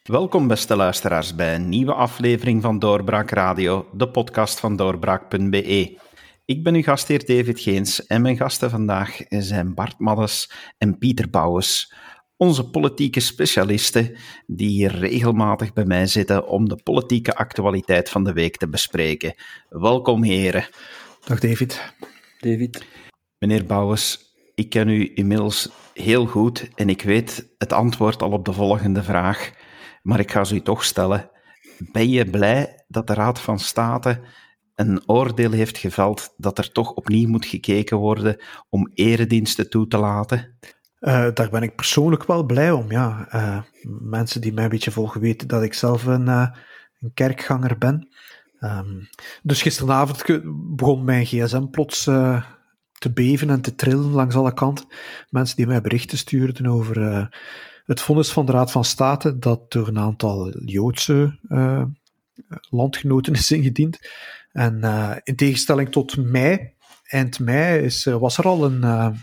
Welkom beste luisteraars bij een nieuwe aflevering van Doorbraak Radio, de podcast van doorbraak.be. Ik ben uw gastheer David Geens en mijn gasten vandaag zijn Bart Maddes en Pieter Bouwens, onze politieke specialisten die hier regelmatig bij mij zitten om de politieke actualiteit van de week te bespreken. Welkom heren. Dag David. Meneer Bouwens, ik ken u inmiddels heel goed en ik weet het antwoord al op de volgende vraag, maar ik ga ze u toch stellen. Ben je blij dat de Raad van State een oordeel heeft geveld dat er toch opnieuw moet gekeken worden om erediensten toe te laten? Daar ben ik persoonlijk wel blij om, ja. Mensen die mij een beetje volgen weten dat ik zelf een kerkganger ben. Dus gisteravond begon mijn gsm plots te beven en te trillen langs alle kanten. Mensen die mij berichten stuurden over het vonnis van de Raad van State dat door een aantal Joodse landgenoten is ingediend. En in tegenstelling tot eind mei was er al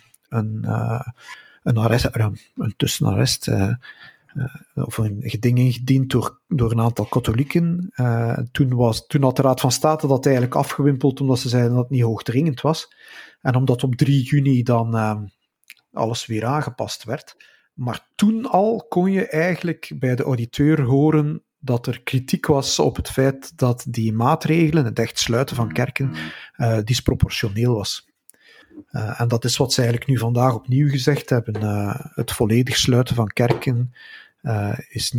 een tussenarrest of een geding ingediend door een aantal katholieken. Toen had de Raad van State dat eigenlijk afgewimpeld omdat ze zeiden dat het niet hoogdringend was. En omdat op 3 juni dan alles weer aangepast werd. Maar toen al kon je eigenlijk bij de auditeur horen dat er kritiek was op het feit dat die maatregelen, het echt sluiten van kerken, disproportioneel was. En dat is wat ze eigenlijk nu vandaag opnieuw gezegd hebben. Het volledig sluiten van kerken is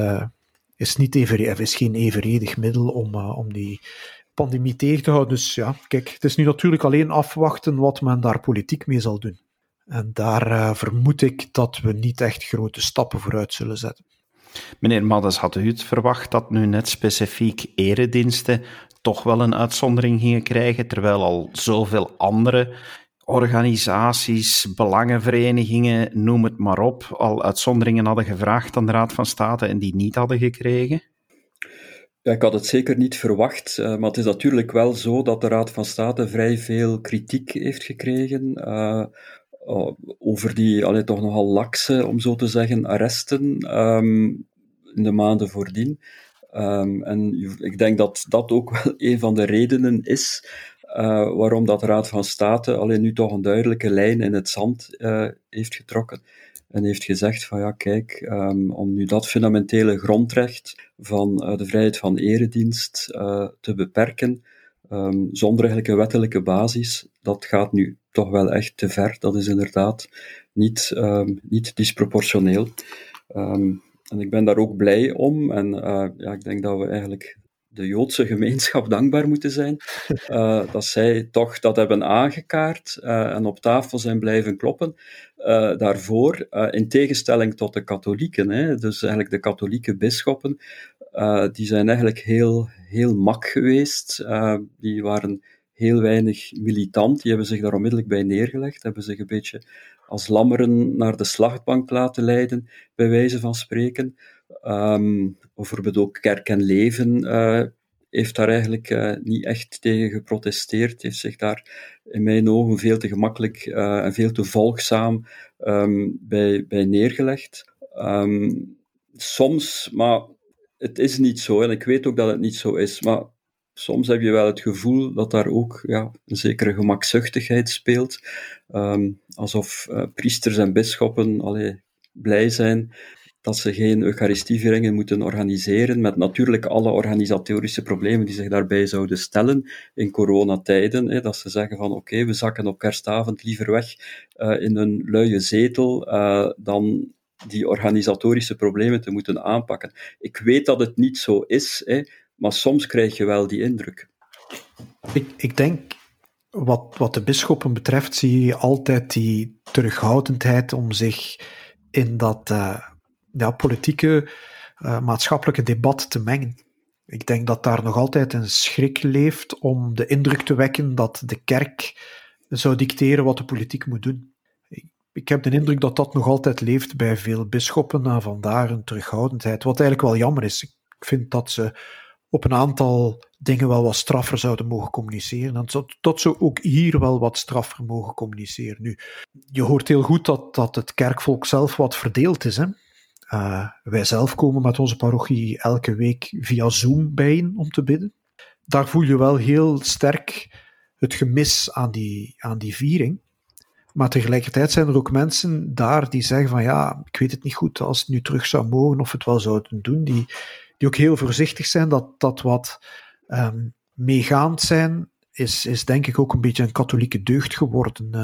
geen evenredig middel om die pandemie tegen te houden. Dus ja, kijk, het is nu natuurlijk alleen afwachten wat men daar politiek mee zal doen. En daar vermoed ik dat we niet echt grote stappen vooruit zullen zetten. Meneer Maddes, had u het verwacht dat nu net specifiek erediensten toch wel een uitzondering gingen krijgen, terwijl al zoveel andere organisaties, belangenverenigingen, noem het maar op, al uitzonderingen hadden gevraagd aan de Raad van State en die niet hadden gekregen? Ja, ik had het zeker niet verwacht, maar het is natuurlijk wel zo dat de Raad van State vrij veel kritiek heeft gekregen over die toch nogal lakse, om zo te zeggen, arresten in de maanden voordien. En ik denk dat dat ook wel een van de redenen is waarom dat de Raad van State nu toch een duidelijke lijn in het zand heeft getrokken. En heeft gezegd van ja, kijk, om nu dat fundamentele grondrecht van de vrijheid van eredienst te beperken, zonder eigenlijk een wettelijke basis, dat gaat nu toch wel echt te ver. Dat is inderdaad niet disproportioneel. En ik ben daar ook blij om. En ik denk dat we eigenlijk de Joodse gemeenschap dankbaar moeten zijn dat zij toch dat hebben aangekaart en op tafel zijn blijven kloppen daarvoor, in tegenstelling tot de katholieken. Dus eigenlijk de katholieke bisschoppen, die zijn eigenlijk heel mak geweest. Die waren heel weinig militant, die hebben zich daar onmiddellijk bij neergelegd, hebben zich een beetje als lammeren naar de slachtbank laten leiden, bij wijze van spreken. Bijvoorbeeld ook Kerk en Leven heeft daar eigenlijk niet echt tegen geprotesteerd, heeft zich daar in mijn ogen veel te gemakkelijk en veel te volgzaam bij neergelegd. Soms, maar het is niet zo, en ik weet ook dat het niet zo is, maar soms heb je wel het gevoel dat daar ook een zekere gemakzuchtigheid speelt. Alsof priesters en bisschoppen blij zijn dat ze geen Eucharistievieringen moeten organiseren, met natuurlijk alle organisatorische problemen die zich daarbij zouden stellen in coronatijden. Dat ze zeggen van oké, we zakken op kerstavond liever weg in een luie zetel dan die organisatorische problemen te moeten aanpakken. Ik weet dat het niet zo is, maar soms krijg je wel die indruk. Ik denk, wat de bisschoppen betreft, zie je altijd die terughoudendheid om zich in dat politieke, maatschappelijke debat te mengen. Ik denk dat daar nog altijd een schrik leeft om de indruk te wekken dat de kerk zou dicteren wat de politiek moet doen. Ik heb de indruk dat dat nog altijd leeft bij veel bisschoppen en vandaar een terughoudendheid, wat eigenlijk wel jammer is. Ik vind dat ze op een aantal dingen wel wat straffer zouden mogen communiceren. En dat ze ook hier wel wat straffer mogen communiceren. Nu, je hoort heel goed dat het kerkvolk zelf wat verdeeld is. Hè? Wij zelf komen met onze parochie elke week via Zoom bijeen om te bidden. Daar voel je wel heel sterk het gemis aan die viering. Maar tegelijkertijd zijn er ook mensen daar die zeggen van ja, ik weet het niet goed als het nu terug zou mogen of het wel zouden doen, die ook heel voorzichtig zijn. Dat wat meegaand zijn, is denk ik ook een beetje een katholieke deugd geworden.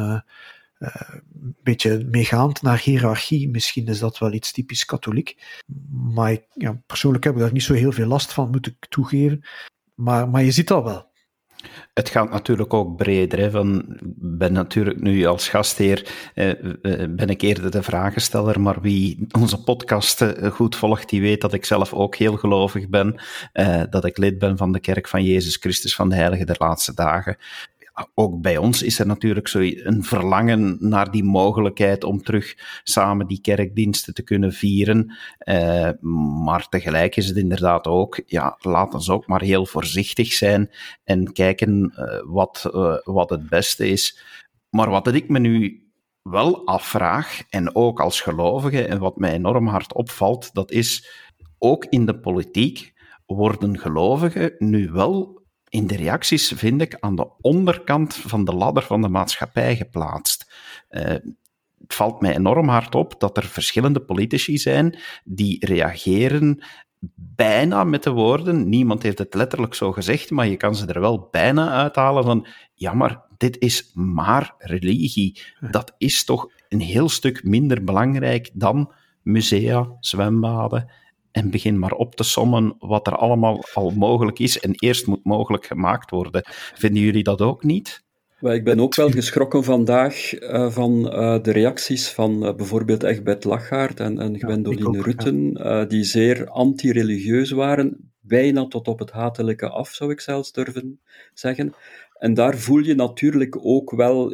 Een beetje meegaand naar hiërarchie. Misschien is dat wel iets typisch katholiek. Maar persoonlijk heb ik daar niet zo heel veel last van, moet ik toegeven. Maar je ziet dat wel. Het gaat natuurlijk ook breder. Ben natuurlijk nu als gastheer, ben ik eerder de vragensteller, maar wie onze podcast goed volgt, die weet dat ik zelf ook heel gelovig ben, dat ik lid ben van de Kerk van Jezus Christus van de Heilige der Laatste Dagen. Ook bij ons is er natuurlijk zo een verlangen naar die mogelijkheid om terug samen die kerkdiensten te kunnen vieren. Maar tegelijk is het inderdaad ook, laten we ook maar heel voorzichtig zijn en kijken wat het beste is. Maar wat ik me nu wel afvraag, en ook als gelovige, en wat mij enorm hard opvalt, dat is ook in de politiek worden gelovigen nu wel in de reacties, vind ik, aan de onderkant van de ladder van de maatschappij geplaatst. Het valt mij enorm hard op dat er verschillende politici zijn die reageren bijna met de woorden, niemand heeft het letterlijk zo gezegd, maar je kan ze er wel bijna uithalen van, ja, maar dit is maar religie. Dat is toch een heel stuk minder belangrijk dan musea, zwembaden. En begin maar op te sommen wat er allemaal al mogelijk is en eerst moet mogelijk gemaakt worden. Vinden jullie dat ook niet? Ik ben ook wel geschrokken vandaag van de reacties van bijvoorbeeld Egbert Lachaert en Gwendoline Rutten, die zeer anti-religieus waren, bijna tot op het hatelijke af, zou ik zelfs durven zeggen. En daar voel je natuurlijk ook wel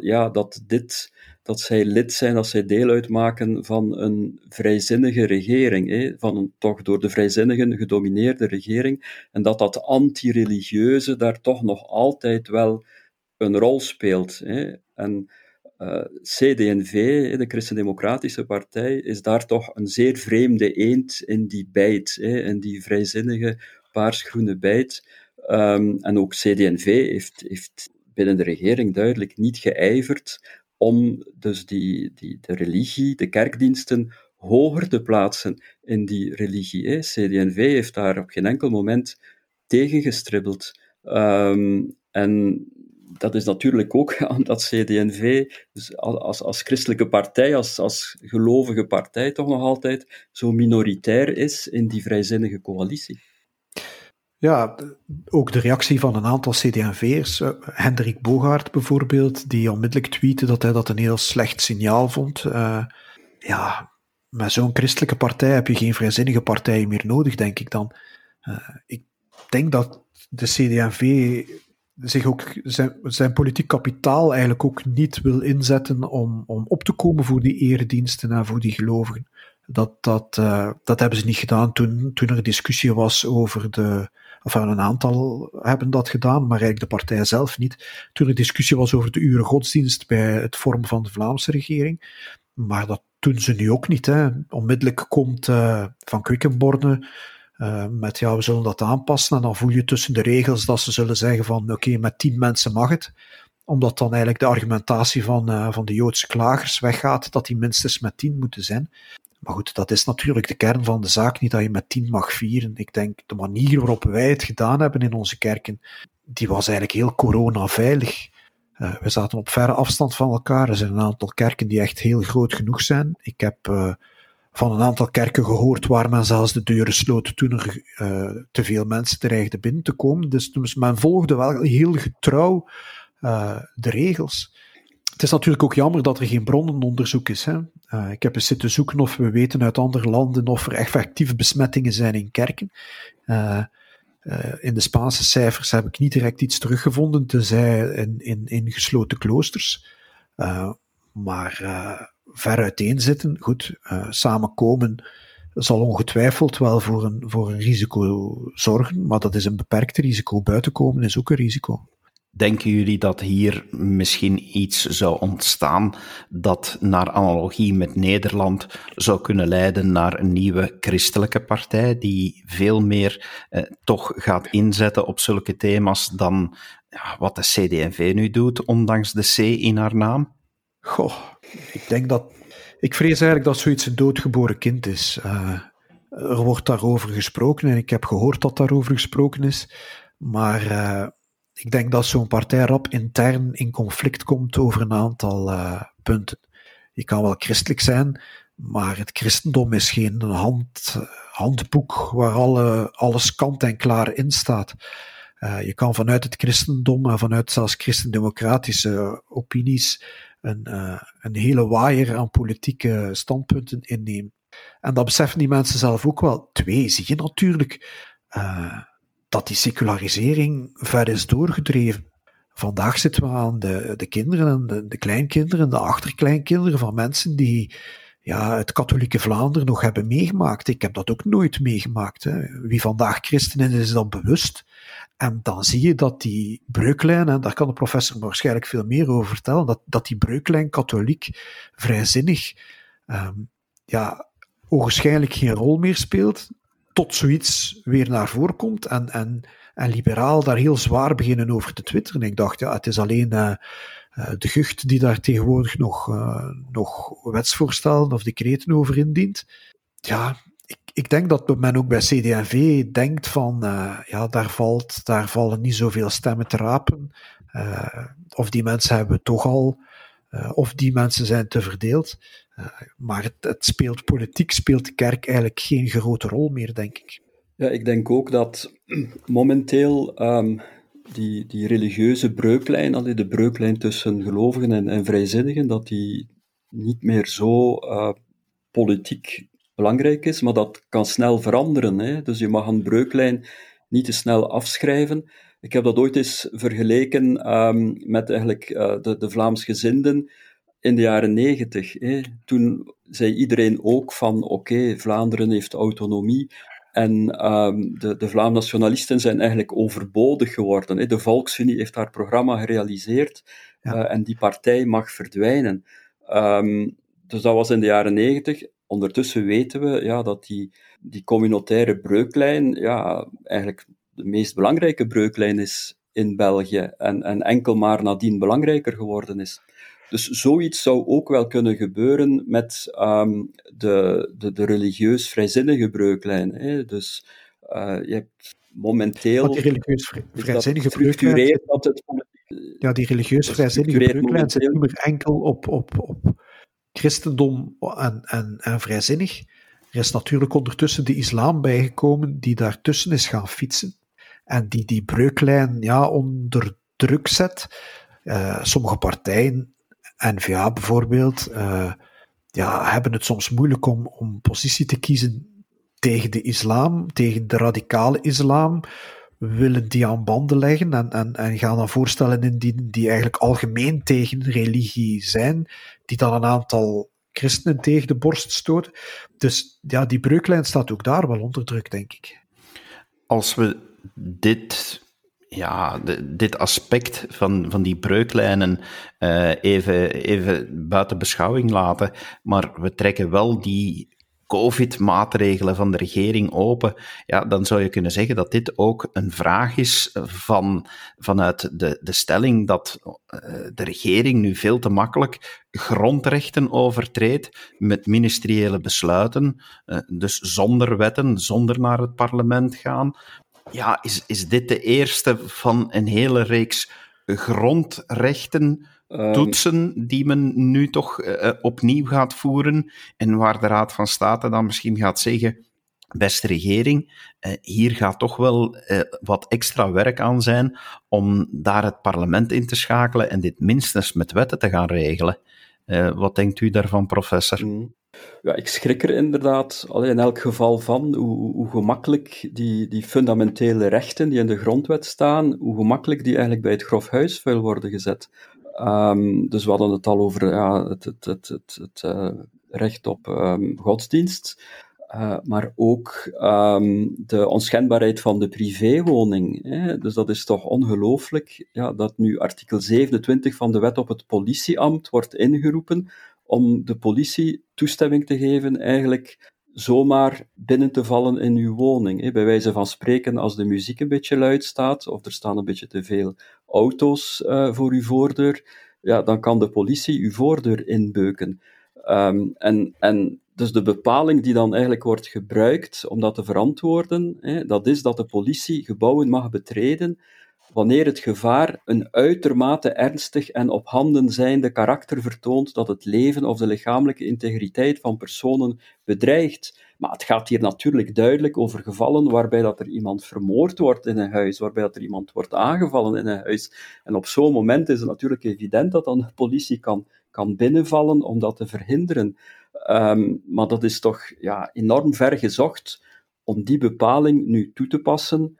dat zij lid zijn, dat zij deel uitmaken van een vrijzinnige regering, van een toch door de vrijzinnigen gedomineerde regering, en dat anti-religieuze daar toch nog altijd wel een rol speelt. En CD&V, de Christen-Democratische Partij, is daar toch een zeer vreemde eend in die bijt, in die vrijzinnige paars-groene bijt. En ook CD&V heeft binnen de regering duidelijk niet geijverd om dus de religie, de kerkdiensten, hoger te plaatsen in die religie. CD&V heeft daar op geen enkel moment tegen gestribbeld. En dat is natuurlijk ook omdat CD&V dus als christelijke partij, als gelovige partij toch nog altijd zo minoritair is in die vrijzinnige coalitie. Ja, ook de reactie van een aantal CD&V'ers, Hendrik Bogaert bijvoorbeeld, die onmiddellijk tweette dat hij dat een heel slecht signaal vond. Met zo'n christelijke partij heb je geen vrijzinnige partijen meer nodig, denk ik dan. Ik denk dat de CD&V zich ook zijn politiek kapitaal eigenlijk ook niet wil inzetten om op te komen voor die erediensten en voor die gelovigen. Dat hebben ze niet gedaan toen er discussie was over een aantal hebben dat gedaan, maar eigenlijk de partij zelf niet. Toen er discussie was over de urengodsdienst bij het vormen van de Vlaamse regering. Maar dat doen ze nu ook niet. Onmiddellijk komt Van Quickenborne met we zullen dat aanpassen. En dan voel je tussen de regels dat ze zullen zeggen van oké, met 10 mensen mag het. Omdat dan eigenlijk de argumentatie van de Joodse klagers weggaat dat die minstens met 10 moeten zijn. Maar goed, dat is natuurlijk de kern van de zaak, niet dat je met 10 mag vieren. Ik denk, de manier waarop wij het gedaan hebben in onze kerken, die was eigenlijk heel coronaveilig. We zaten op verre afstand van elkaar. Er zijn een aantal kerken die echt heel groot genoeg zijn. Ik heb van een aantal kerken gehoord waar men zelfs de deuren sloot toen er te veel mensen dreigden binnen te komen. Dus men volgde wel heel getrouw de regels. Het is natuurlijk ook jammer dat er geen bronnenonderzoek is. Ik heb eens zitten zoeken of we weten uit andere landen of er effectief besmettingen zijn in kerken. In de Spaanse cijfers heb ik niet direct iets teruggevonden, tenzij in gesloten kloosters. Maar ver uiteenzitten, goed, samenkomen zal ongetwijfeld wel voor een risico zorgen, maar dat is een beperkt risico. Buiten komen is ook een risico. Denken jullie dat hier misschien iets zou ontstaan dat naar analogie met Nederland zou kunnen leiden naar een nieuwe christelijke partij die veel meer toch gaat inzetten op zulke thema's dan wat de CD&V nu doet, ondanks de C in haar naam? Goh, ik vrees eigenlijk dat zoiets een doodgeboren kind is. Er wordt daarover gesproken en ik heb gehoord dat daarover gesproken is, maar ik denk dat zo'n partij rap intern in conflict komt over een aantal punten. Je kan wel christelijk zijn, maar het christendom is geen handboek waar alles kant en klaar in staat. Je kan vanuit het christendom en vanuit zelfs christendemocratische opinies een hele waaier aan politieke standpunten innemen. En dat beseffen die mensen zelf ook wel. 2, zie je natuurlijk dat die secularisering ver is doorgedreven. Vandaag zitten we aan de kinderen en de kleinkinderen, de achterkleinkinderen van mensen die het katholieke Vlaanderen nog hebben meegemaakt. Ik heb dat ook nooit meegemaakt. Hè. Wie vandaag christen is dat bewust. En dan zie je dat die breuklijn, en daar kan de professor waarschijnlijk veel meer over vertellen, dat die breuklijn katholiek vrijzinnig ogenschijnlijk geen rol meer speelt, tot zoiets weer naar voren komt en liberaal daar heel zwaar beginnen over te twitteren. Ik dacht, het is alleen de Gucht die daar tegenwoordig nog wetsvoorstellen of decreten over indient. Ja, ik denk dat men ook bij CD&V denkt van, daar vallen niet zoveel stemmen te rapen. Of die mensen hebben toch al, of die mensen zijn te verdeeld. Maar politiek speelt de kerk eigenlijk geen grote rol meer, denk ik. Ja, ik denk ook dat momenteel die religieuze breuklijn, de breuklijn tussen gelovigen en vrijzinnigen, dat die niet meer zo politiek belangrijk is, maar dat kan snel veranderen. Hè? Dus je mag een breuklijn niet te snel afschrijven. Ik heb dat ooit eens vergeleken met eigenlijk de Vlaamsgezinden in de jaren 90. Toen zei iedereen ook van oké, Vlaanderen heeft autonomie en de Vlaamnationalisten zijn eigenlijk overbodig geworden. Hè? De Volksunie heeft haar programma gerealiseerd en die partij mag verdwijnen. Dus dat was in de jaren 90. Ondertussen weten we dat die communautaire breuklijn eigenlijk de meest belangrijke breuklijn is in België en enkel maar nadien belangrijker geworden is. Dus zoiets zou ook wel kunnen gebeuren met de religieus vrijzinnige breuklijn. Hè. Dus je hebt momenteel... Want die religieus vrijzinnige breuklijn... Ja, die religieus vrijzinnige breuklijn zit niet meer enkel op christendom en vrijzinnig. Er is natuurlijk ondertussen de islam bijgekomen die daartussen is gaan fietsen en die breuklijn onder druk zet. Sommige partijen, N-VA bijvoorbeeld, hebben het soms moeilijk om positie te kiezen tegen de islam, tegen de radicale islam, willen die aan banden leggen en gaan dan voorstellen indienen die eigenlijk algemeen tegen religie zijn, die dan een aantal christenen tegen de borst stoten. Dus die breuklijn staat ook daar wel onder druk, denk ik. Als we dit aspect van die breuklijnen even buiten beschouwing laten, maar we trekken wel die COVID-maatregelen van de regering open, dan zou je kunnen zeggen dat dit ook een vraag is vanuit de stelling dat de regering nu veel te makkelijk grondrechten overtreedt met ministeriële besluiten, dus zonder wetten, zonder naar het parlement gaan. Ja, is dit de eerste van een hele reeks grondrechten toetsen die men nu toch opnieuw gaat voeren en waar de Raad van State dan misschien gaat zeggen, beste regering, hier gaat toch wel wat extra werk aan zijn om daar het parlement in te schakelen en dit minstens met wetten te gaan regelen. Wat denkt u daarvan, professor? Ja, ik schrik er inderdaad in elk geval van hoe gemakkelijk die fundamentele rechten die in de grondwet staan, hoe gemakkelijk die eigenlijk bij het grof huisvuil worden gezet. Dus we hadden het al over het recht op godsdienst. maar ook de onschendbaarheid van de privéwoning. Hè. Dus dat is toch ongelooflijk, ja, dat nu artikel 27 van de wet op het politieambt wordt ingeroepen om de politie toestemming te geven eigenlijk zomaar binnen te vallen in uw woning. Hè. Bij wijze van spreken, als de muziek een beetje luid staat, of er staan een beetje te veel auto's voor uw voordeur, ja, dan kan de politie uw voordeur inbeuken. En dus de bepaling die dan eigenlijk wordt gebruikt om dat te verantwoorden, dat is dat de politie gebouwen mag betreden wanneer het gevaar een uitermate ernstig en op handen zijnde karakter vertoont dat het leven of de lichamelijke integriteit van personen bedreigt. Maar het gaat hier natuurlijk duidelijk over gevallen waarbij dat er iemand vermoord wordt in een huis, waarbij dat er iemand wordt aangevallen in een huis. En op zo'n moment is het natuurlijk evident dat dan de politie kan binnenvallen om dat te verhinderen. Maar dat is toch enorm ver gezocht om die bepaling nu toe te passen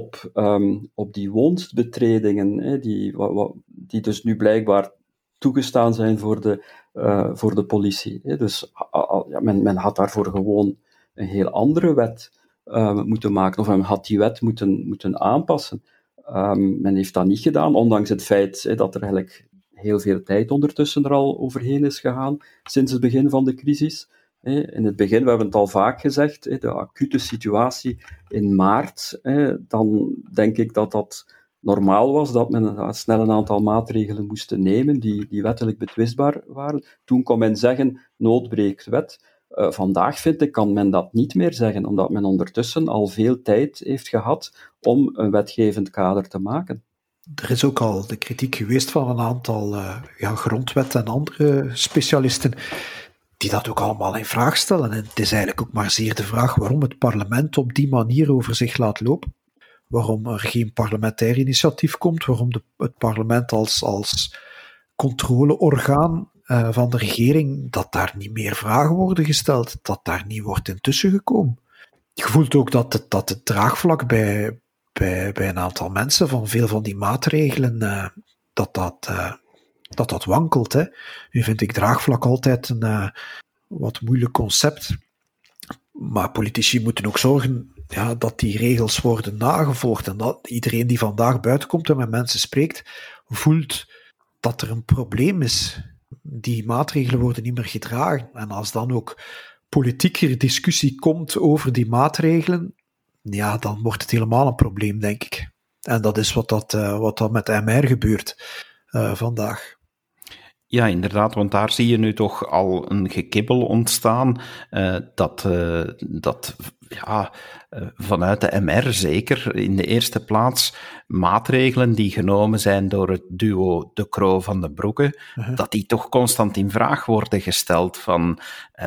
op die woonstbetredingen, die dus nu blijkbaar toegestaan zijn voor de politie. Dus men had daarvoor gewoon een heel andere wet moeten maken, of men had die wet moeten aanpassen. Men heeft dat niet gedaan, ondanks het feit dat er eigenlijk heel veel tijd ondertussen er al overheen is gegaan, sinds het begin van de crisis. In het begin, we hebben het al vaak gezegd, de acute situatie in maart, dan denk ik dat dat normaal was, dat men snel een aantal maatregelen moest nemen die wettelijk betwistbaar waren. Toen kon men zeggen, nood breekt wet. Vandaag, vind ik, kan men dat niet meer zeggen, omdat men ondertussen al veel tijd heeft gehad om een wetgevend kader te maken. Er is ook al de kritiek geweest van een aantal grondwet- en andere specialisten die dat ook allemaal in vraag stellen. En het is eigenlijk ook maar zeer de vraag waarom het parlement op die manier over zich laat lopen. Waarom er geen parlementair initiatief komt, waarom het parlement als controleorgaan van de regering, dat daar niet meer vragen worden gesteld, dat daar niet wordt intussen gekomen. Je voelt ook dat het draagvlak bij een aantal mensen van veel van die maatregelen, dat wankelt. Hè. Nu vind ik draagvlak altijd een wat moeilijk concept. Maar politici moeten ook zorgen dat die regels worden nagevolgd. En dat iedereen die vandaag buiten komt en met mensen spreekt, voelt dat er een probleem is. Die maatregelen worden niet meer gedragen. En als dan ook politieker discussie komt over die maatregelen, dan wordt het helemaal een probleem, denk ik. En dat is wat dat met MR gebeurt vandaag. Ja, inderdaad, want daar zie je nu toch al een gekibbel ontstaan, dat vanuit de MR zeker in de eerste plaats maatregelen die genomen zijn door het duo De Croo van den Broeke, dat die toch constant in vraag worden gesteld van,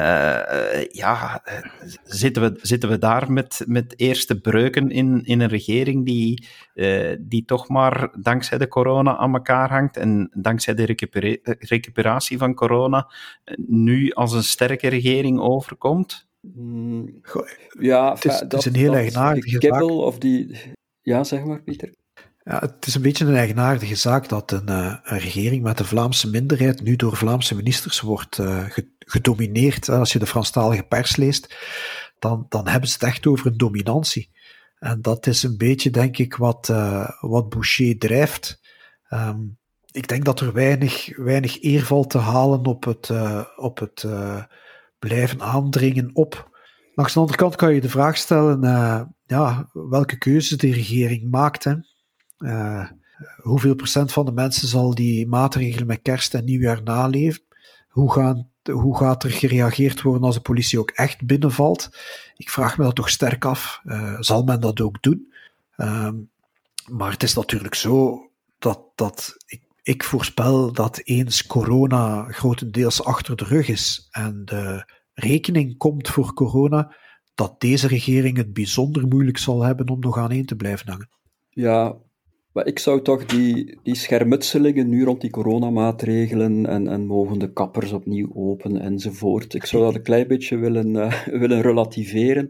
zitten we daar met eerste breuken in een regering die toch maar dankzij de corona aan elkaar hangt en dankzij de recuperatie van corona nu als een sterke regering overkomt? Ja, het is een heel eigenaardige zaak. Of die... Ja, zeg maar, Pieter. Ja, het is een beetje een eigenaardige zaak dat een regering met een Vlaamse minderheid nu door Vlaamse ministers wordt gedomineerd. Als je de Franstalige pers leest, dan hebben ze het echt over een dominantie. En dat is een beetje, denk ik, wat Boucher drijft. Ik denk dat er weinig eer valt te halen op het blijven aandringen op. Langs de andere kant kan je de vraag stellen, welke keuzes de regering maakt. Hè? Hoeveel procent van de mensen zal die maatregelen met kerst en nieuwjaar naleven? Hoe gaat er gereageerd worden als de politie ook echt binnenvalt? Ik vraag me dat toch sterk af. Zal men dat ook doen? Maar het is natuurlijk zo dat ik voorspel dat eens corona grotendeels achter de rug is en de rekening komt voor corona, dat deze regering het bijzonder moeilijk zal hebben om nog aaneen te blijven hangen. Ja, maar ik zou toch die schermutselingen nu rond die coronamaatregelen en mogen de kappers opnieuw open enzovoort, ik zou dat een klein beetje willen relativeren.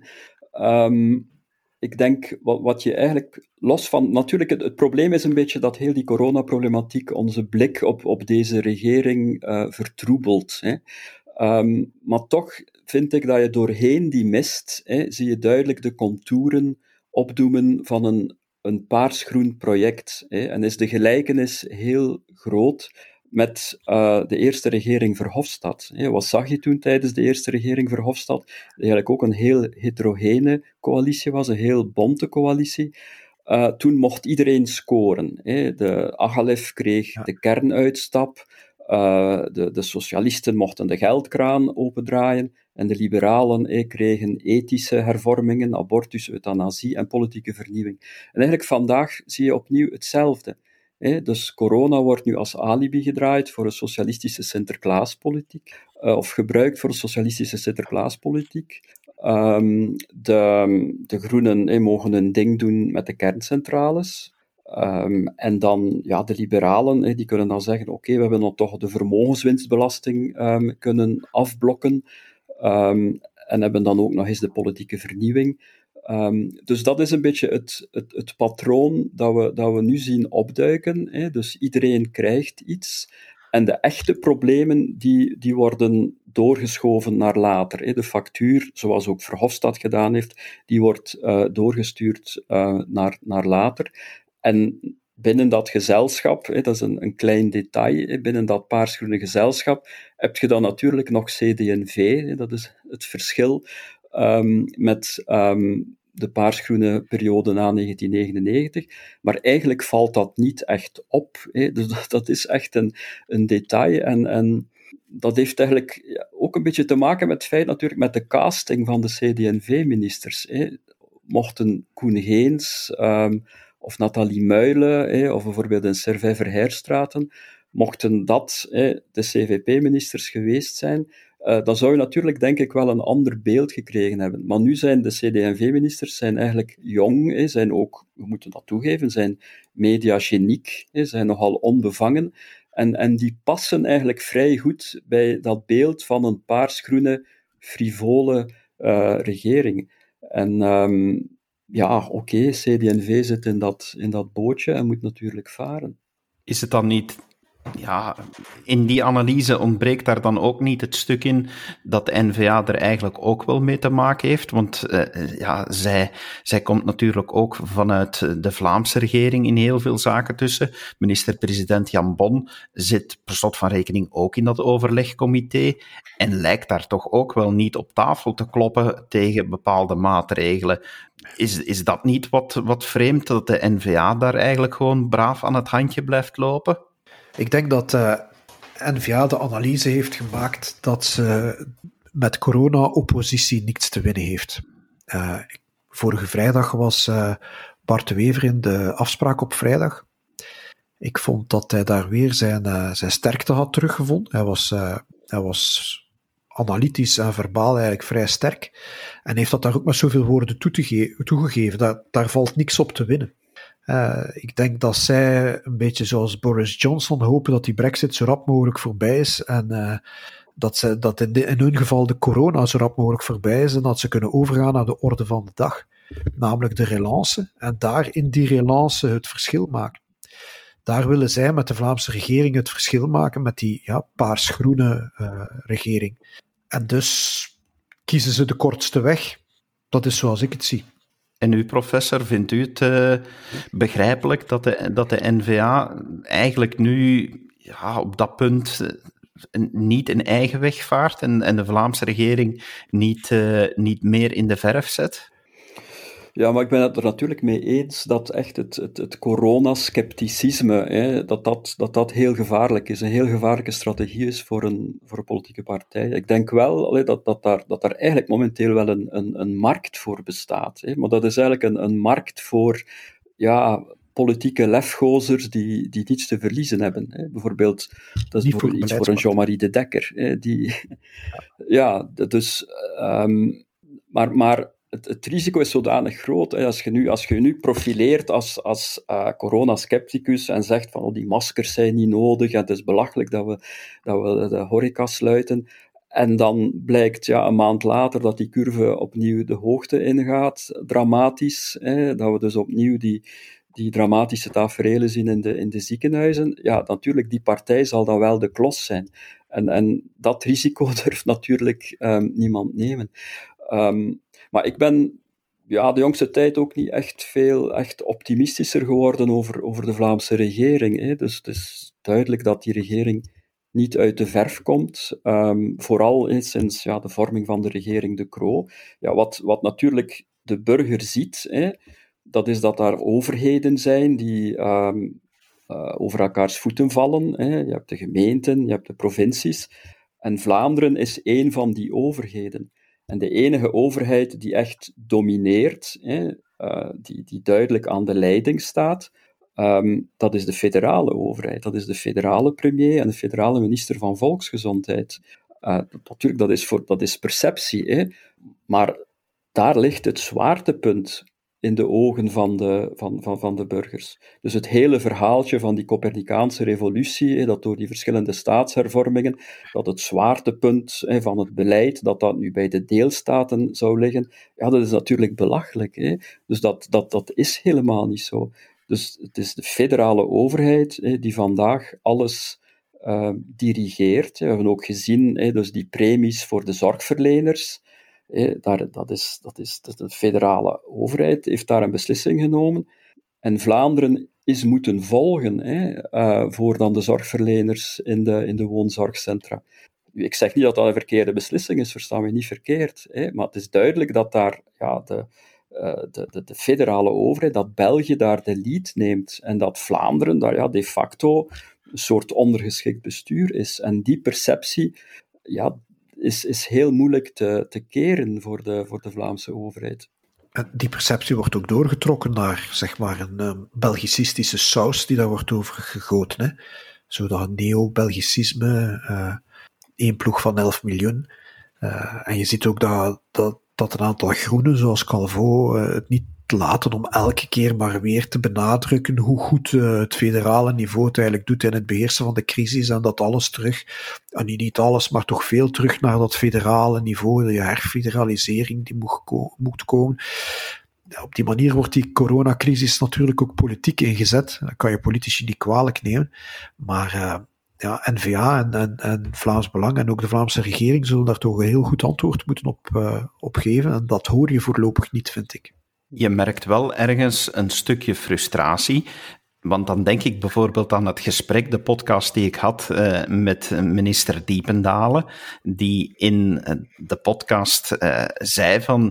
Ik denk, wat je eigenlijk los van... Natuurlijk, het probleem is een beetje dat heel die coronaproblematiek onze blik op deze regering vertroebelt. Hè. Maar toch vind ik dat je doorheen die mist, zie je duidelijk de contouren opdoemen van een paarsgroen project. En is de gelijkenis heel groot met de eerste regering Verhofstadt. Wat zag je toen tijdens de eerste regering Verhofstadt? Dat eigenlijk ook een heel heterogene coalitie was, een heel bonte coalitie. Toen mocht iedereen scoren. De Agalef kreeg de kernuitstap, de socialisten mochten de geldkraan opendraaien en de liberalen kregen ethische hervormingen, abortus, euthanasie en politieke vernieuwing. En eigenlijk vandaag zie je opnieuw hetzelfde. Dus corona wordt nu als alibi gedraaid voor een socialistische Sinterklaaspolitiek, of gebruikt voor een socialistische Sinterklaaspolitiek. De groenen mogen een ding doen met de kerncentrales. En dan, de liberalen, die kunnen dan zeggen, oké, we hebben dan toch de vermogenswinstbelasting kunnen afblokken, en hebben dan ook nog eens de politieke vernieuwing. Dus dat is een beetje het patroon dat we nu zien opduiken. Dus iedereen krijgt iets. En de echte problemen, die worden doorgeschoven naar later. De factuur, zoals ook Verhofstadt gedaan heeft, die wordt doorgestuurd naar later. En binnen dat gezelschap, dat is een klein detail, binnen dat paarsgroene gezelschap, heb je dan natuurlijk nog CD&V, dat is het verschil met de paarsgroene periode na 1999, maar eigenlijk valt dat niet echt op. Dus dat is echt een detail en dat heeft eigenlijk ook een beetje te maken met het feit natuurlijk met de casting van de CD&V-ministers. Mochten Koen Geens of Nathalie Muilen of bijvoorbeeld een Servais Verheerstraten, mochten dat de CVP-ministers geweest zijn, dan zou je natuurlijk, denk ik, wel een ander beeld gekregen hebben. Maar nu zijn de CD&V-ministers eigenlijk jong, zijn ook, we moeten dat toegeven, zijn mediageniek, zijn nogal onbevangen. En die passen eigenlijk vrij goed bij dat beeld van een paarsgroene, frivole regering. En oké, CD&V zit in dat bootje en moet natuurlijk varen. Is het dan niet... in die analyse ontbreekt daar dan ook niet het stuk in dat de N-VA er eigenlijk ook wel mee te maken heeft, want zij komt natuurlijk ook vanuit de Vlaamse regering in heel veel zaken tussen. Minister-president Jan Bon zit per slot van rekening ook in dat overlegcomité en lijkt daar toch ook wel niet op tafel te kloppen tegen bepaalde maatregelen. Is dat niet wat vreemd, dat de N-VA daar eigenlijk gewoon braaf aan het handje blijft lopen? Ik denk dat N-VA de analyse heeft gemaakt dat ze met corona-oppositie niets te winnen heeft. Vorige vrijdag was Bart de Wever in de afspraak op vrijdag. Ik vond dat hij daar weer zijn sterkte had teruggevonden. Hij was analytisch en verbaal eigenlijk vrij sterk. En heeft dat daar ook met zoveel woorden toegegeven. Daar valt niks op te winnen. Ik denk dat zij een beetje zoals Boris Johnson hopen dat die Brexit zo rap mogelijk voorbij is en dat in hun geval de corona zo rap mogelijk voorbij is en dat ze kunnen overgaan naar de orde van de dag, namelijk de relance, en daar in die relance het verschil maken. Daar willen zij met de Vlaamse regering het verschil maken met die paars-groene regering. En dus kiezen ze de kortste weg. Dat is zoals ik het zie. En u, professor, vindt u het begrijpelijk dat de N-VA eigenlijk nu op dat punt niet een eigen weg vaart en de Vlaamse regering niet meer in de verf zet? Ja, maar ik ben het er natuurlijk mee eens dat echt het coronascepticisme, dat heel gevaarlijk is, een heel gevaarlijke strategie is voor een politieke partij. Ik denk wel dat daar eigenlijk momenteel wel een markt voor bestaat. Maar dat is eigenlijk een markt voor politieke lefgozers die niets te verliezen hebben. Bijvoorbeeld, dat is bijvoorbeeld iets voor een Jean-Marie de Dekker. Maar het risico is zodanig groot. Als je nu profileert als coronascepticus en zegt van die maskers zijn niet nodig en het is belachelijk dat we de horeca sluiten. En dan blijkt een maand later dat die curve opnieuw de hoogte ingaat, dramatisch. Dat we dus opnieuw die dramatische taferelen zien in de ziekenhuizen. Ja, natuurlijk, die partij zal dan wel de klos zijn. En dat risico durft natuurlijk niemand nemen. Maar ik ben de jongste tijd ook niet echt optimistischer geworden over de Vlaamse regering. Hè. Dus het is duidelijk dat die regering niet uit de verf komt. Vooral sinds de vorming van de regering De Croo. Ja, wat natuurlijk de burger ziet, hè, dat is dat daar overheden zijn die over elkaars voeten vallen. Hè. Je hebt de gemeenten, je hebt de provincies. En Vlaanderen is één van die overheden. En de enige overheid die echt domineert, die duidelijk aan de leiding staat, dat is de federale overheid. Dat is de federale premier en de federale minister van Volksgezondheid. Natuurlijk, dat is perceptie, hè? Maar daar ligt het zwaartepunt in de ogen van de burgers. Dus het hele verhaaltje van die Copernicaanse revolutie, dat door die verschillende staatshervormingen, dat het zwaartepunt van het beleid, dat nu bij de deelstaten zou liggen, ja, dat is natuurlijk belachelijk. Hè? Dus dat is helemaal niet zo. Dus het is de federale overheid die vandaag alles dirigeert. We hebben ook gezien, dus die premies voor de zorgverleners. De federale overheid heeft daar een beslissing genomen. En Vlaanderen is moeten volgen voor dan de zorgverleners in de woonzorgcentra. Ik zeg niet dat dat een verkeerde beslissing is, verstaan we niet verkeerd. Maar het is duidelijk dat daar de federale overheid, dat België daar de lead neemt en dat Vlaanderen daar de facto een soort ondergeschikt bestuur is. En die perceptie is heel moeilijk te keren voor de Vlaamse overheid. En die perceptie wordt ook doorgetrokken naar, zeg maar, een Belgicistische saus die daar wordt over gegoten. Hè? Zodat een neo-Belgicisme, één ploeg van 11 miljoen. En je ziet ook dat een aantal groenen, zoals Calvo, het niet laten om elke keer maar weer te benadrukken hoe goed het federale niveau het eigenlijk doet in het beheersen van de crisis en dat alles terug, en niet alles, maar toch veel terug naar dat federale niveau, de herfederalisering die moet komen. Ja, op die manier wordt die coronacrisis natuurlijk ook politiek ingezet. Dat kan je politici niet kwalijk nemen, maar N-VA en Vlaams Belang en ook de Vlaamse regering zullen daar toch een heel goed antwoord moeten op geven. En dat hoor je voorlopig niet, vind ik. Je merkt wel ergens een stukje frustratie. Want dan denk ik bijvoorbeeld aan het gesprek, de podcast die ik had met minister Diependalen, die in de podcast zei van,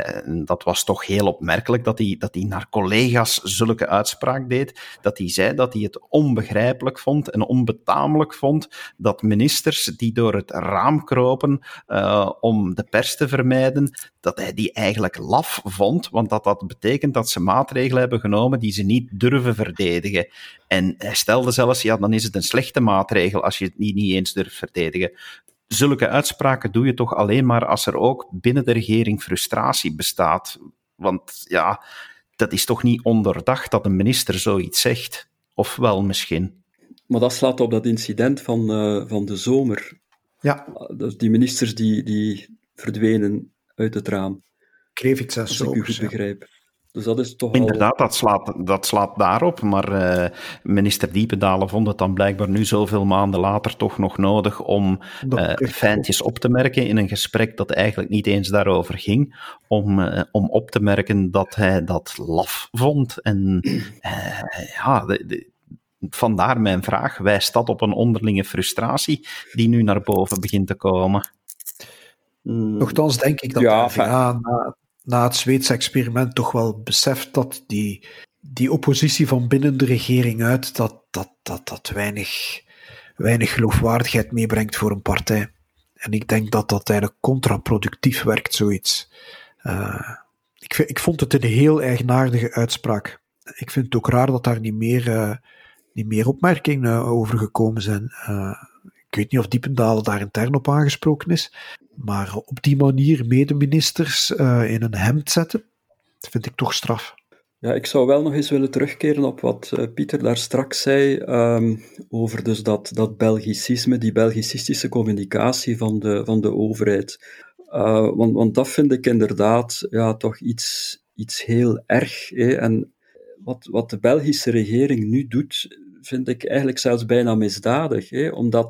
dat was toch heel opmerkelijk, dat hij naar collega's zulke uitspraak deed, dat hij zei dat hij het onbegrijpelijk vond en onbetamelijk vond dat ministers die door het raam kropen om de pers te vermijden, dat hij die eigenlijk laf vond, want dat betekent dat ze maatregelen hebben genomen die ze niet durven verdedigen. En hij stelde zelfs, dan is het een slechte maatregel als je het niet eens durft verdedigen. Zulke uitspraken doe je toch alleen maar als er ook binnen de regering frustratie bestaat. Want dat is toch niet onderdacht dat een minister zoiets zegt? Of wel misschien? Maar dat slaat op dat incident van de zomer. Ja. Dus die ministers die verdwenen uit het raam. Krevits en Als ik u goed begrijp. Dus dat is toch inderdaad, dat slaat daarop, maar minister Diependalen vond het dan blijkbaar nu zoveel maanden later toch nog nodig om feintjes op te merken in een gesprek dat eigenlijk niet eens daarover ging, om op te merken dat hij dat laf vond. En vandaar mijn vraag, wijst dat op een onderlinge frustratie die nu naar boven begint te komen? Nochtans denk ik dat na het Zweedse experiment toch wel beseft dat die oppositie van binnen de regering uit, dat weinig geloofwaardigheid meebrengt voor een partij. En ik denk dat dat eigenlijk contraproductief werkt, zoiets. Ik vond het een heel eigenaardige uitspraak. Ik vind het ook raar dat daar niet meer opmerkingen over gekomen zijn. Ik weet niet of Diependalen daar intern op aangesproken is, maar op die manier medeministers in een hemd zetten, dat vind ik toch straf. Ja, ik zou wel nog eens willen terugkeren op wat Pieter daar straks zei over dus dat Belgicisme, die Belgicistische communicatie van de overheid. Want dat vind ik inderdaad toch iets heel erg. En wat de Belgische regering nu doet, vind ik eigenlijk zelfs bijna misdadig. Omdat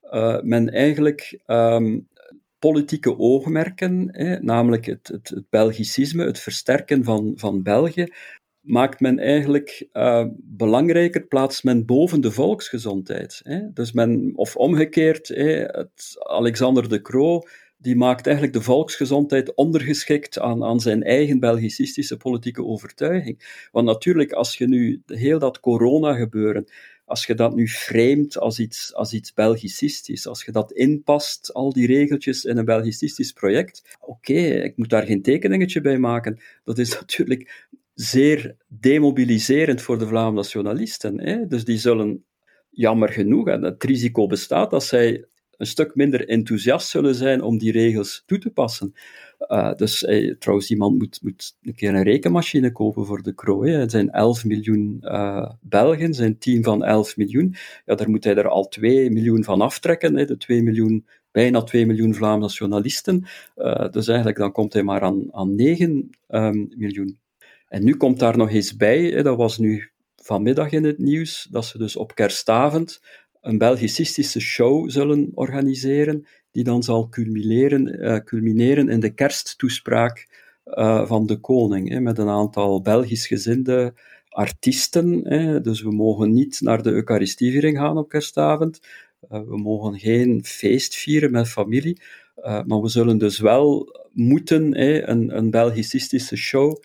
men eigenlijk politieke oogmerken, namelijk het Belgicisme, het versterken van België, maakt men eigenlijk belangrijker, plaatst men boven de volksgezondheid. Dus of omgekeerd, het Alexander De Croo, die maakt eigenlijk de volksgezondheid ondergeschikt aan zijn eigen Belgicistische politieke overtuiging. Want natuurlijk, als je nu heel dat corona-gebeuren, als je dat nu framet als iets Belgicistisch, als je dat inpast, al die regeltjes in een Belgicistisch project, oké, ik moet daar geen tekeningetje bij maken. Dat is natuurlijk zeer demobiliserend voor de Vlaamse nationalisten. Dus die zullen, jammer genoeg, en het risico bestaat dat zij een stuk minder enthousiast zullen zijn om die regels toe te passen. Trouwens, iemand moet een keer een rekenmachine kopen voor De Croo. Het zijn 11 miljoen Belgen, zijn team van 11 miljoen. Ja, daar moet hij er al 2 miljoen van aftrekken, de 2 miljoen, bijna 2 miljoen Vlaamse nationalisten. Dus eigenlijk dan komt hij maar aan 9 miljoen. En nu komt daar nog eens bij, dat was nu vanmiddag in het nieuws, dat ze dus op kerstavond een Belgicistische show zullen organiseren, die dan zal culmineren in de kersttoespraak van de koning, met een aantal Belgisch gezinde artiesten. Dus we mogen niet naar de Eucharistieviering gaan op kerstavond, we mogen geen feest vieren met familie, maar we zullen dus wel moeten een Belgicistische show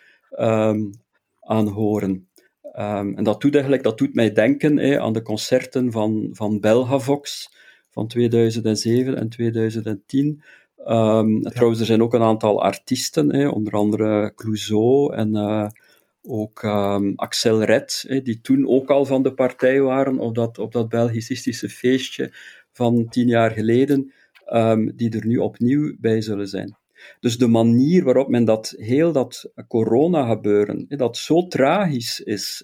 aanhoren. En dat doet mij denken aan de concerten van Belgavox van 2007 en 2010. Trouwens, er zijn ook een aantal artiesten, onder andere Clouseau en ook Axel Red, die toen ook al van de partij waren op dat Belgicistische feestje van 10 jaar geleden, die er nu opnieuw bij zullen zijn. Dus de manier waarop men dat corona-gebeuren, dat zo tragisch is,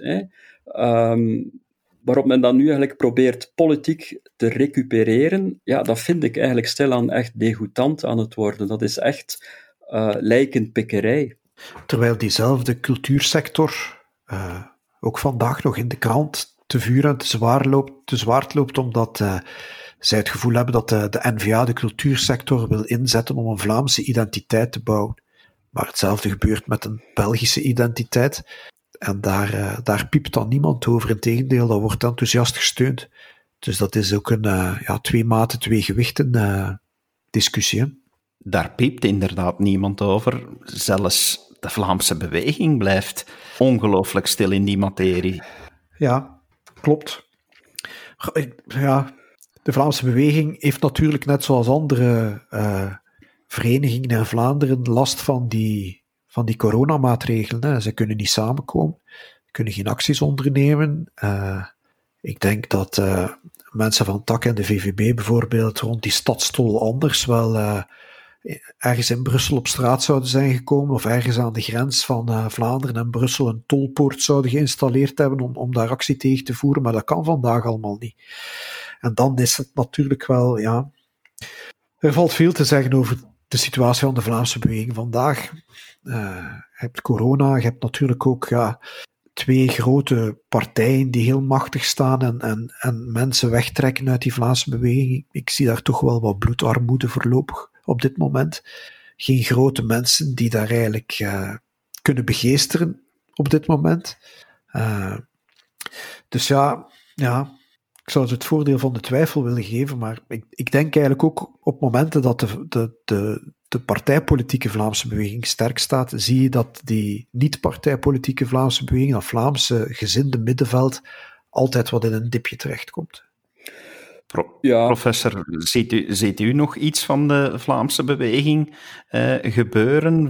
waarop men dat nu eigenlijk probeert politiek te recupereren, ja, dat vind ik eigenlijk stilaan echt degoutant aan het worden. Dat is echt lijkenpikkerij. Terwijl diezelfde cultuursector ook vandaag nog in de krant te vuur en te zwaard loopt, omdat zij het gevoel hebben dat de N-VA de cultuursector wil inzetten om een Vlaamse identiteit te bouwen. Maar hetzelfde gebeurt met een Belgische identiteit. En daar piept dan niemand over. Integendeel, dat wordt enthousiast gesteund. Dus dat is ook een 2 maten, 2 gewichten discussie. Hè? Daar piept inderdaad niemand over. Zelfs de Vlaamse beweging blijft ongelooflijk stil in die materie. Ja, klopt. Ja, de Vlaamse beweging heeft natuurlijk net zoals andere verenigingen in Vlaanderen last van die coronamaatregelen. Hè. Ze kunnen niet samenkomen, kunnen geen acties ondernemen. Ik denk dat mensen van TAC en de VVB bijvoorbeeld rond die stadstol anders wel ergens in Brussel op straat zouden zijn gekomen, of ergens aan de grens van Vlaanderen en Brussel een tolpoort zouden geïnstalleerd hebben om daar actie tegen te voeren, maar dat kan vandaag allemaal niet. En dan is het natuurlijk wel, ja, er valt veel te zeggen over de situatie van de Vlaamse beweging vandaag. Je hebt corona, je hebt natuurlijk ook 2 grote partijen die heel machtig staan en mensen wegtrekken uit die Vlaamse beweging. Ik zie daar toch wel wat bloedarmoede voorlopig op dit moment. Geen grote mensen die daar eigenlijk kunnen begeesteren op dit moment. Dus ja, ik zou ze het voordeel van de twijfel willen geven, maar ik denk eigenlijk ook op momenten dat de partijpolitieke Vlaamse beweging sterk staat, zie je dat die niet-partijpolitieke Vlaamse beweging, dat Vlaamse gezinde middenveld, altijd wat in een dipje terechtkomt. Professor, ziet u nog iets van de Vlaamse beweging gebeuren?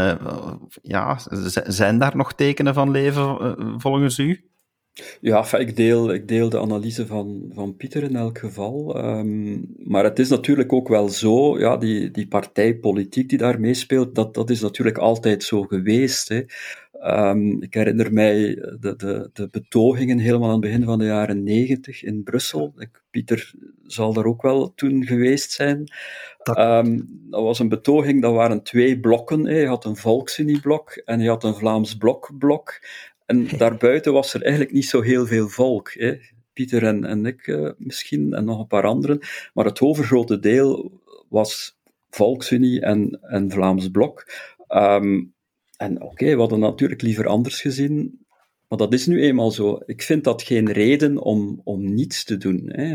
Zijn daar nog tekenen van leven volgens u? Ja, ik deel de analyse van Pieter in elk geval. Maar het is natuurlijk ook wel zo, ja, die partijpolitiek die daar meespeelt, dat is natuurlijk altijd zo geweest. Hè. Ik herinner mij de betogingen helemaal aan het begin van de jaren 90 in Brussel. Pieter zal daar ook wel toen geweest zijn. Dat was een betoging, dat waren 2 blokken. Hè. Je had een Volksunieblok en je had een Vlaams blok. En daarbuiten was er eigenlijk niet zo heel veel volk. Hè. Pieter en ik misschien, en nog een paar anderen, maar het overgrote deel was Volksunie en Vlaams Blok. En oké, we hadden natuurlijk liever anders gezien, maar dat is nu eenmaal zo. Ik vind dat geen reden om niets te doen. Hè.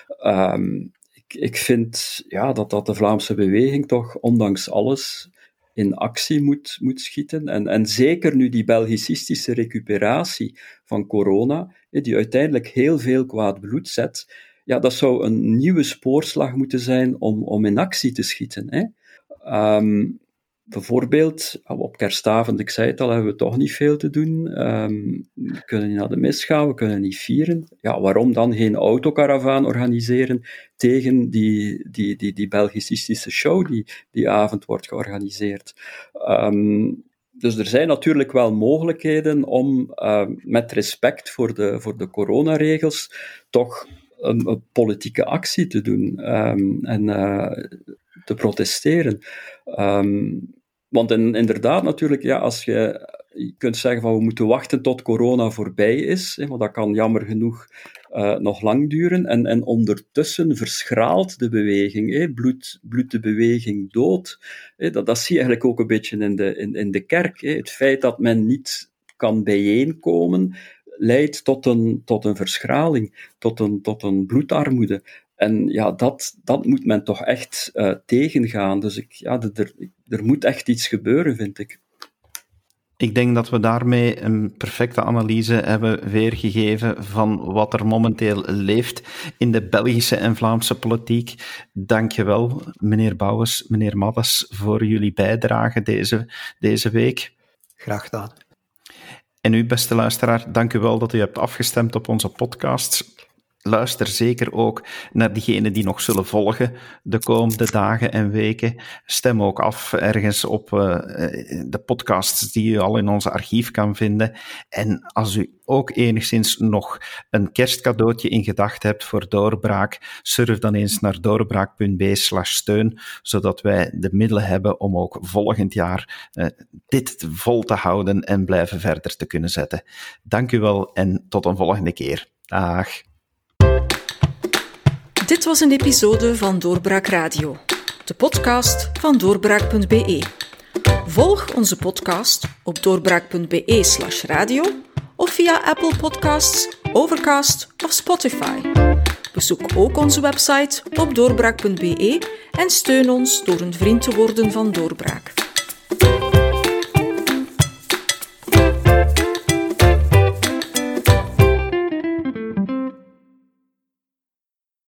Ik vind dat de Vlaamse beweging toch, ondanks alles, in actie moet schieten. En zeker nu die Belgicistische recuperatie van corona, die uiteindelijk heel veel kwaad bloed zet, dat zou een nieuwe spoorslag moeten zijn om in actie te schieten. Hè. Bijvoorbeeld, op kerstavond, ik zei het al, hebben we toch niet veel te doen. We kunnen niet naar de mis gaan, we kunnen niet vieren. Ja, waarom dan geen autocaravaan organiseren tegen die Belgicistische show die avond wordt georganiseerd? Dus er zijn natuurlijk wel mogelijkheden om met respect voor de coronaregels toch een politieke actie te doen en te protesteren. Want inderdaad natuurlijk, als je kunt zeggen van we moeten wachten tot corona voorbij is, want dat kan jammer genoeg nog lang duren, en ondertussen verschraalt de beweging, bloedt de beweging dood. Dat zie je eigenlijk ook een beetje in de kerk. Het feit dat men niet kan bijeenkomen, leidt tot een verschraling, tot een bloedarmoede. En dat moet men toch echt tegengaan. Dus er moet echt iets gebeuren, vind ik. Ik denk dat we daarmee een perfecte analyse hebben weergegeven van wat er momenteel leeft in de Belgische en Vlaamse politiek. Dank je wel, meneer Bouwens, meneer Maddes, voor jullie bijdrage deze week. Graag gedaan. En u, beste luisteraar, dank u wel dat u hebt afgestemd op onze podcasts. Luister zeker ook naar diegenen die nog zullen volgen de komende dagen en weken. Stem ook af ergens op de podcasts die u al in ons archief kan vinden. En als u ook enigszins nog een kerstcadeautje in gedachten hebt voor Doorbraak, surf dan eens naar doorbraak.be/steun, zodat wij de middelen hebben om ook volgend jaar dit vol te houden en blijven verder te kunnen zetten. Dank u wel en tot een volgende keer. Dag. Dit was een episode van Doorbraak Radio, de podcast van doorbraak.be. Volg onze podcast op doorbraak.be/radio of via Apple Podcasts, Overcast of Spotify. Bezoek ook onze website op doorbraak.be en steun ons door een vriend te worden van Doorbraak.